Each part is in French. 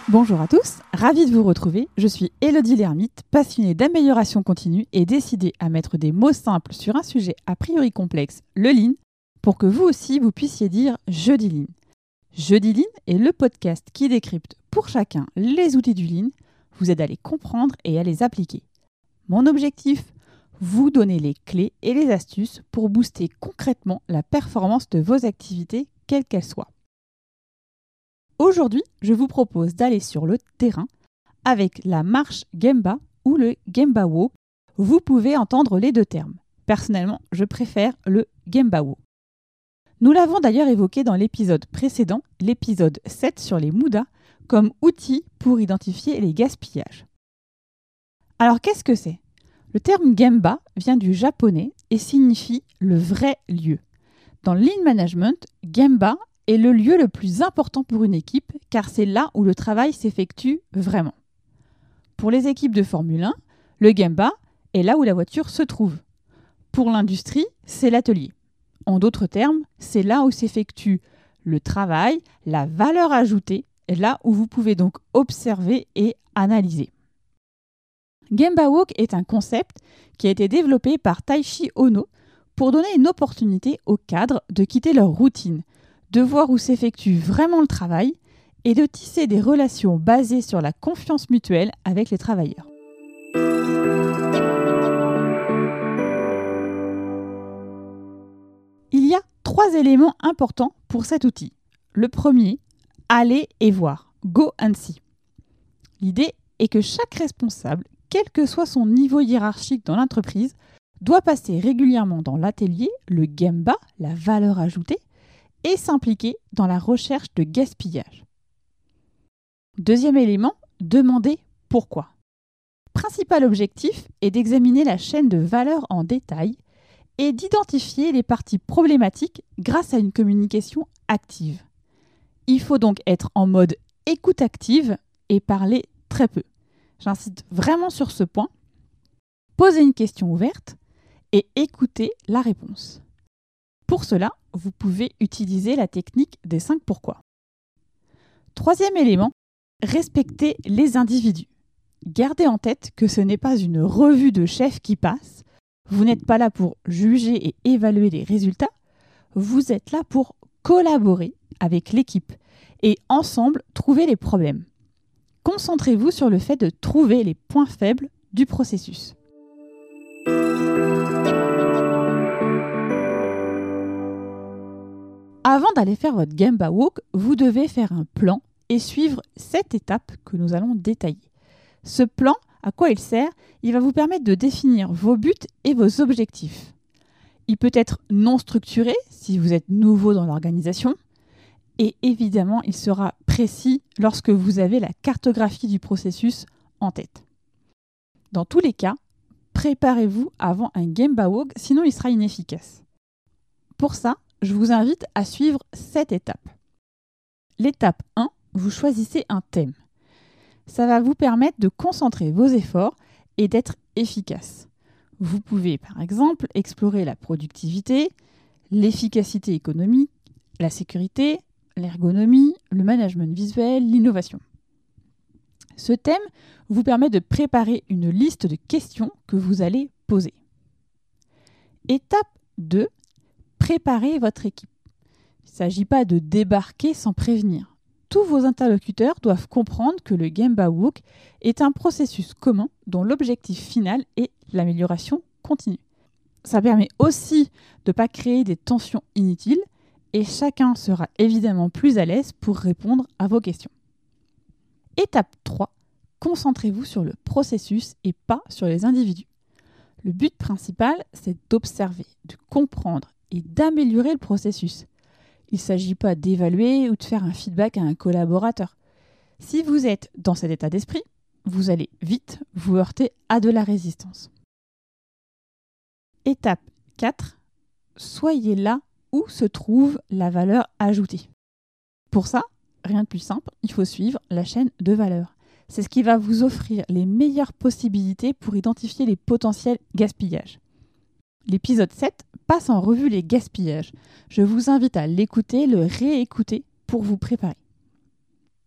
Bonjour à tous, ravie de vous retrouver. Je suis Élodie Lermite, passionnée d'amélioration continue et décidée à mettre des mots simples sur un sujet a priori complexe, le Lean, pour que vous aussi vous puissiez dire « Je dis Lean ». Je dis Lean est le podcast qui décrypte pour chacun les outils du Lean, vous aide à les comprendre et à les appliquer. Mon objectif, vous donner les clés et les astuces pour booster concrètement la performance de vos activités, quelles qu'elles soient. Aujourd'hui, je vous propose d'aller sur le terrain avec la marche Gemba ou le Gemba Walk. Vous pouvez entendre les deux termes. Personnellement, je préfère le Gemba Walk. Nous l'avons d'ailleurs évoqué dans l'épisode précédent, l'épisode 7 sur les Muda, comme outil pour identifier les gaspillages. Alors qu'est-ce que c'est ? Le terme Gemba vient du japonais et signifie le vrai lieu. Dans le Lean Management, Gemba est le lieu le plus important pour une équipe car c'est là où le travail s'effectue vraiment. Pour les équipes de Formule 1, le Gemba est là où la voiture se trouve. Pour l'industrie, c'est l'atelier. En d'autres termes, c'est là où s'effectue le travail, la valeur ajoutée, là où vous pouvez donc observer et analyser. Gemba Walk est un concept qui a été développé par Taishi Ohno pour donner une opportunité aux cadres de quitter leur routine, de voir où s'effectue vraiment le travail et de tisser des relations basées sur la confiance mutuelle avec les travailleurs. Il y a 3 éléments importants pour cet outil. Le premier, aller et voir, go and see. L'idée est que chaque responsable, quel que soit son niveau hiérarchique dans l'entreprise, doit passer régulièrement dans l'atelier, le Gemba, la valeur ajoutée, et s'impliquer dans la recherche de gaspillage. Deuxième élément, demander pourquoi. Principal objectif est d'examiner la chaîne de valeur en détail et d'identifier les parties problématiques grâce à une communication active. Il faut donc être en mode écoute active et parler très peu. J'insiste vraiment sur ce point. Posez une question ouverte et écoutez la réponse. Pour cela, vous pouvez utiliser la technique des 5 pourquoi. Troisième élément, respectez les individus. Gardez en tête que ce n'est pas une revue de chef qui passe. Vous n'êtes pas là pour juger et évaluer les résultats. Vous êtes là pour collaborer avec l'équipe et ensemble trouver les problèmes. Concentrez-vous sur le fait de trouver les points faibles du processus. Avant d'aller faire votre Gemba Walk, vous devez faire un plan et suivre 7 étapes que nous allons détailler. Ce plan, à quoi il sert ? Il va vous permettre de définir vos buts et vos objectifs. Il peut être non structuré si vous êtes nouveau dans l'organisation et évidemment, il sera précis lorsque vous avez la cartographie du processus en tête. Dans tous les cas, préparez-vous avant un Gemba Walk, sinon il sera inefficace. Pour ça, je vous invite à suivre 7 étapes. L'étape 1, vous choisissez un thème. Ça va vous permettre de concentrer vos efforts et d'être efficace. Vous pouvez par exemple explorer la productivité, l'efficacité économique, la sécurité, l'ergonomie, le management visuel, l'innovation. Ce thème vous permet de préparer une liste de questions que vous allez poser. Étape 2, préparez votre équipe. Il ne s'agit pas de débarquer sans prévenir. Tous vos interlocuteurs doivent comprendre que le Gemba Walk est un processus commun dont l'objectif final est l'amélioration continue. Ça permet aussi de ne pas créer des tensions inutiles et chacun sera évidemment plus à l'aise pour répondre à vos questions. Étape 3, concentrez-vous sur le processus et pas sur les individus. Le but principal, c'est d'observer, de comprendre et d'améliorer le processus. Il ne s'agit pas d'évaluer ou de faire un feedback à un collaborateur. Si vous êtes dans cet état d'esprit, vous allez vite vous heurter à de la résistance. Étape 4, soyez là où se trouve la valeur ajoutée. Pour ça, rien de plus simple, il faut suivre la chaîne de valeur. C'est ce qui va vous offrir les meilleures possibilités pour identifier les potentiels gaspillages. L'épisode 7 passe en revue les gaspillages. Je vous invite à l'écouter, le réécouter pour vous préparer.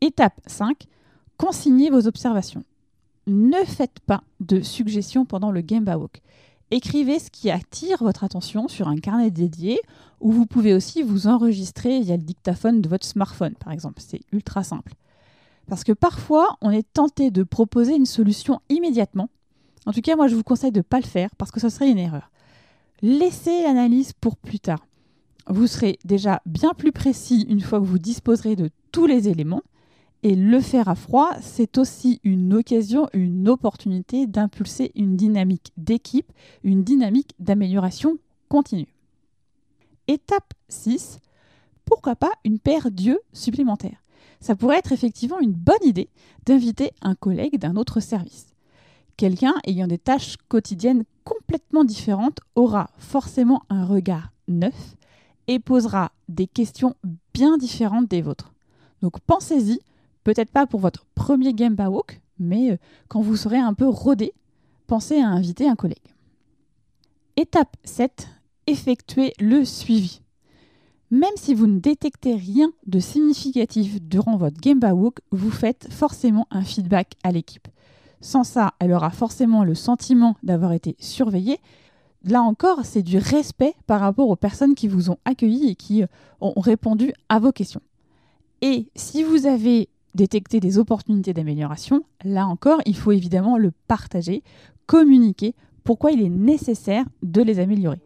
Étape 5, consignez vos observations. Ne faites pas de suggestions pendant le Gemba Walk. Écrivez ce qui attire votre attention sur un carnet dédié ou vous pouvez aussi vous enregistrer via le dictaphone de votre smartphone, par exemple. C'est ultra simple. Parce que parfois, on est tenté de proposer une solution immédiatement. En tout cas, moi, je vous conseille de ne pas le faire parce que ce serait une erreur. Laissez l'analyse pour plus tard. Vous serez déjà bien plus précis une fois que vous disposerez de tous les éléments. Et le faire à froid, c'est aussi une occasion, une opportunité d'impulser une dynamique d'équipe, une dynamique d'amélioration continue. Étape 6, pourquoi pas une paire d'yeux supplémentaires ? Ça pourrait être effectivement une bonne idée d'inviter un collègue d'un autre service. Quelqu'un ayant des tâches quotidiennes complètement différentes aura forcément un regard neuf et posera des questions bien différentes des vôtres. Donc pensez-y, peut-être pas pour votre premier Gemba Walk, mais quand vous serez un peu rodé, pensez à inviter un collègue. Étape 7, effectuez le suivi. Même si vous ne détectez rien de significatif durant votre Gemba Walk, vous faites forcément un feedback à l'équipe. Sans ça, elle aura forcément le sentiment d'avoir été surveillée. Là encore, c'est du respect par rapport aux personnes qui vous ont accueilli et qui ont répondu à vos questions. Et si vous avez détecté des opportunités d'amélioration, là encore, il faut évidemment le partager, communiquer pourquoi il est nécessaire de les améliorer.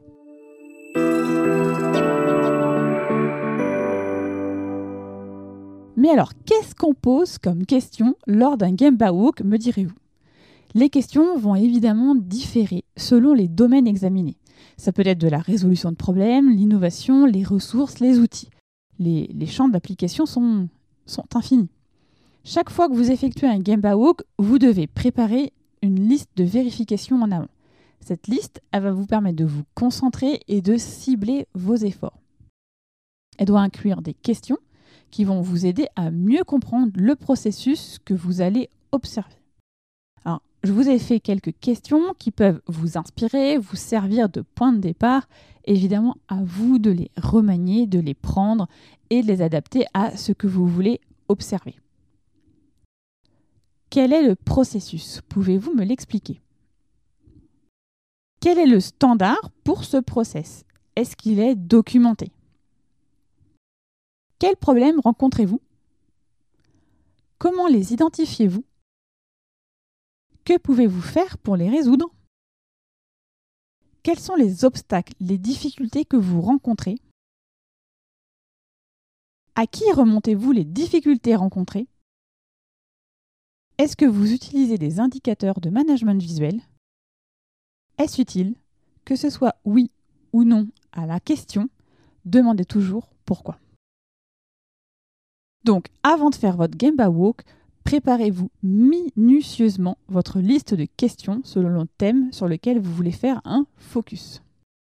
Mais alors, qu'est-ce qu'on pose comme question lors d'un Gemba Walk, me direz-vous ? Les questions vont évidemment différer selon les domaines examinés. Ça peut être de la résolution de problèmes, l'innovation, les ressources, les outils. Les champs d'application sont infinis. Chaque fois que vous effectuez un Gemba Walk, vous devez préparer une liste de vérification en amont. Cette liste, elle va vous permettre de vous concentrer et de cibler vos efforts. Elle doit inclure des questions qui vont vous aider à mieux comprendre le processus que vous allez observer. Alors, je vous ai fait quelques questions qui peuvent vous inspirer, vous servir de point de départ. Évidemment, à vous de les remanier, de les prendre et de les adapter à ce que vous voulez observer. Quel est le processus ? Pouvez-vous me l'expliquer ? Quel est le standard pour ce process ? Est-ce qu'il est documenté ? Quels problèmes rencontrez-vous ? Comment les identifiez-vous ? Que pouvez-vous faire pour les résoudre ? Quels sont les obstacles, les difficultés que vous rencontrez ? À qui remontez-vous les difficultés rencontrées ? Est-ce que vous utilisez des indicateurs de management visuel ? Est-ce utile ? Que ce soit oui ou non à la question, demandez toujours pourquoi. Donc, avant de faire votre Gemba Walk, préparez-vous minutieusement votre liste de questions selon le thème sur lequel vous voulez faire un focus.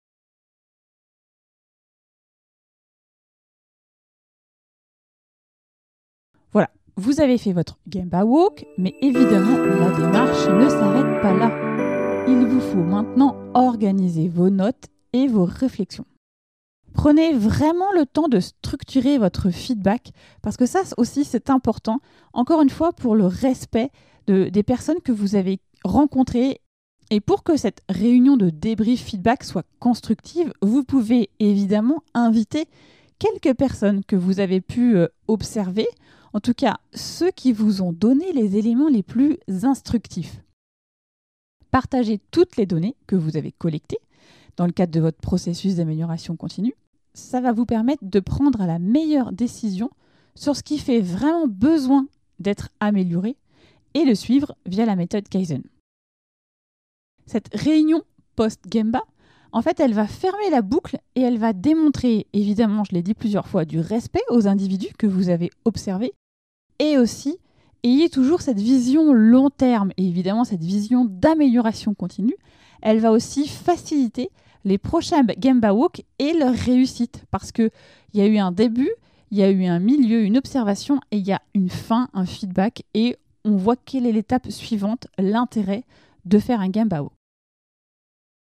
Voilà, vous avez fait votre Gemba Walk, mais évidemment, la démarche ne s'arrête pas là. Il vous faut maintenant organiser vos notes et vos réflexions. Prenez vraiment le temps de structurer votre feedback parce que ça aussi c'est important, encore une fois pour le respect des personnes que vous avez rencontrées et pour que cette réunion de débrief feedback soit constructive, vous pouvez évidemment inviter quelques personnes que vous avez pu observer, en tout cas ceux qui vous ont donné les éléments les plus instructifs. Partagez toutes les données que vous avez collectées dans le cadre de votre processus d'amélioration continue. Ça va vous permettre de prendre la meilleure décision sur ce qui fait vraiment besoin d'être amélioré et le suivre via la méthode Kaizen. Cette réunion post-Gemba, en fait, elle va fermer la boucle et elle va démontrer, évidemment, je l'ai dit plusieurs fois, du respect aux individus que vous avez observés et aussi, ayez toujours cette vision long terme et évidemment cette vision d'amélioration continue. Elle va aussi faciliter les prochains Gemba Walk et leur réussite parce qu'il y a eu un début, il y a eu un milieu, une observation et il y a une fin, un feedback et on voit quelle est l'étape suivante, l'intérêt de faire un Gemba Walk.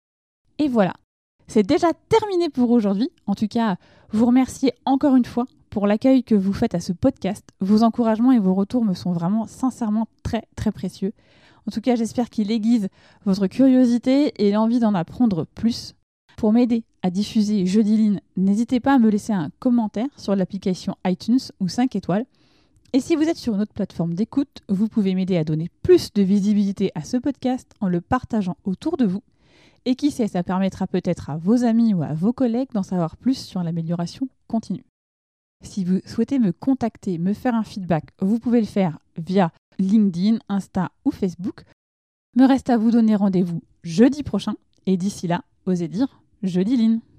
Et voilà, c'est déjà terminé pour aujourd'hui. En tout cas, vous remerciez encore une fois pour l'accueil que vous faites à ce podcast. Vos encouragements et vos retours me sont vraiment sincèrement très très précieux. En tout cas, j'espère qu'il aiguise votre curiosité et l'envie d'en apprendre plus. Pour m'aider à diffuser Jeudi Lean, n'hésitez pas à me laisser un commentaire sur l'application iTunes ou 5 étoiles. Et si vous êtes sur une autre plateforme d'écoute, vous pouvez m'aider à donner plus de visibilité à ce podcast en le partageant autour de vous. Et qui sait, ça permettra peut-être à vos amis ou à vos collègues d'en savoir plus sur l'amélioration continue. Si vous souhaitez me contacter, me faire un feedback, vous pouvez le faire via LinkedIn, Insta ou Facebook. Me reste à vous donner rendez-vous jeudi prochain. Et d'ici là, osez dire Jeudi Lean.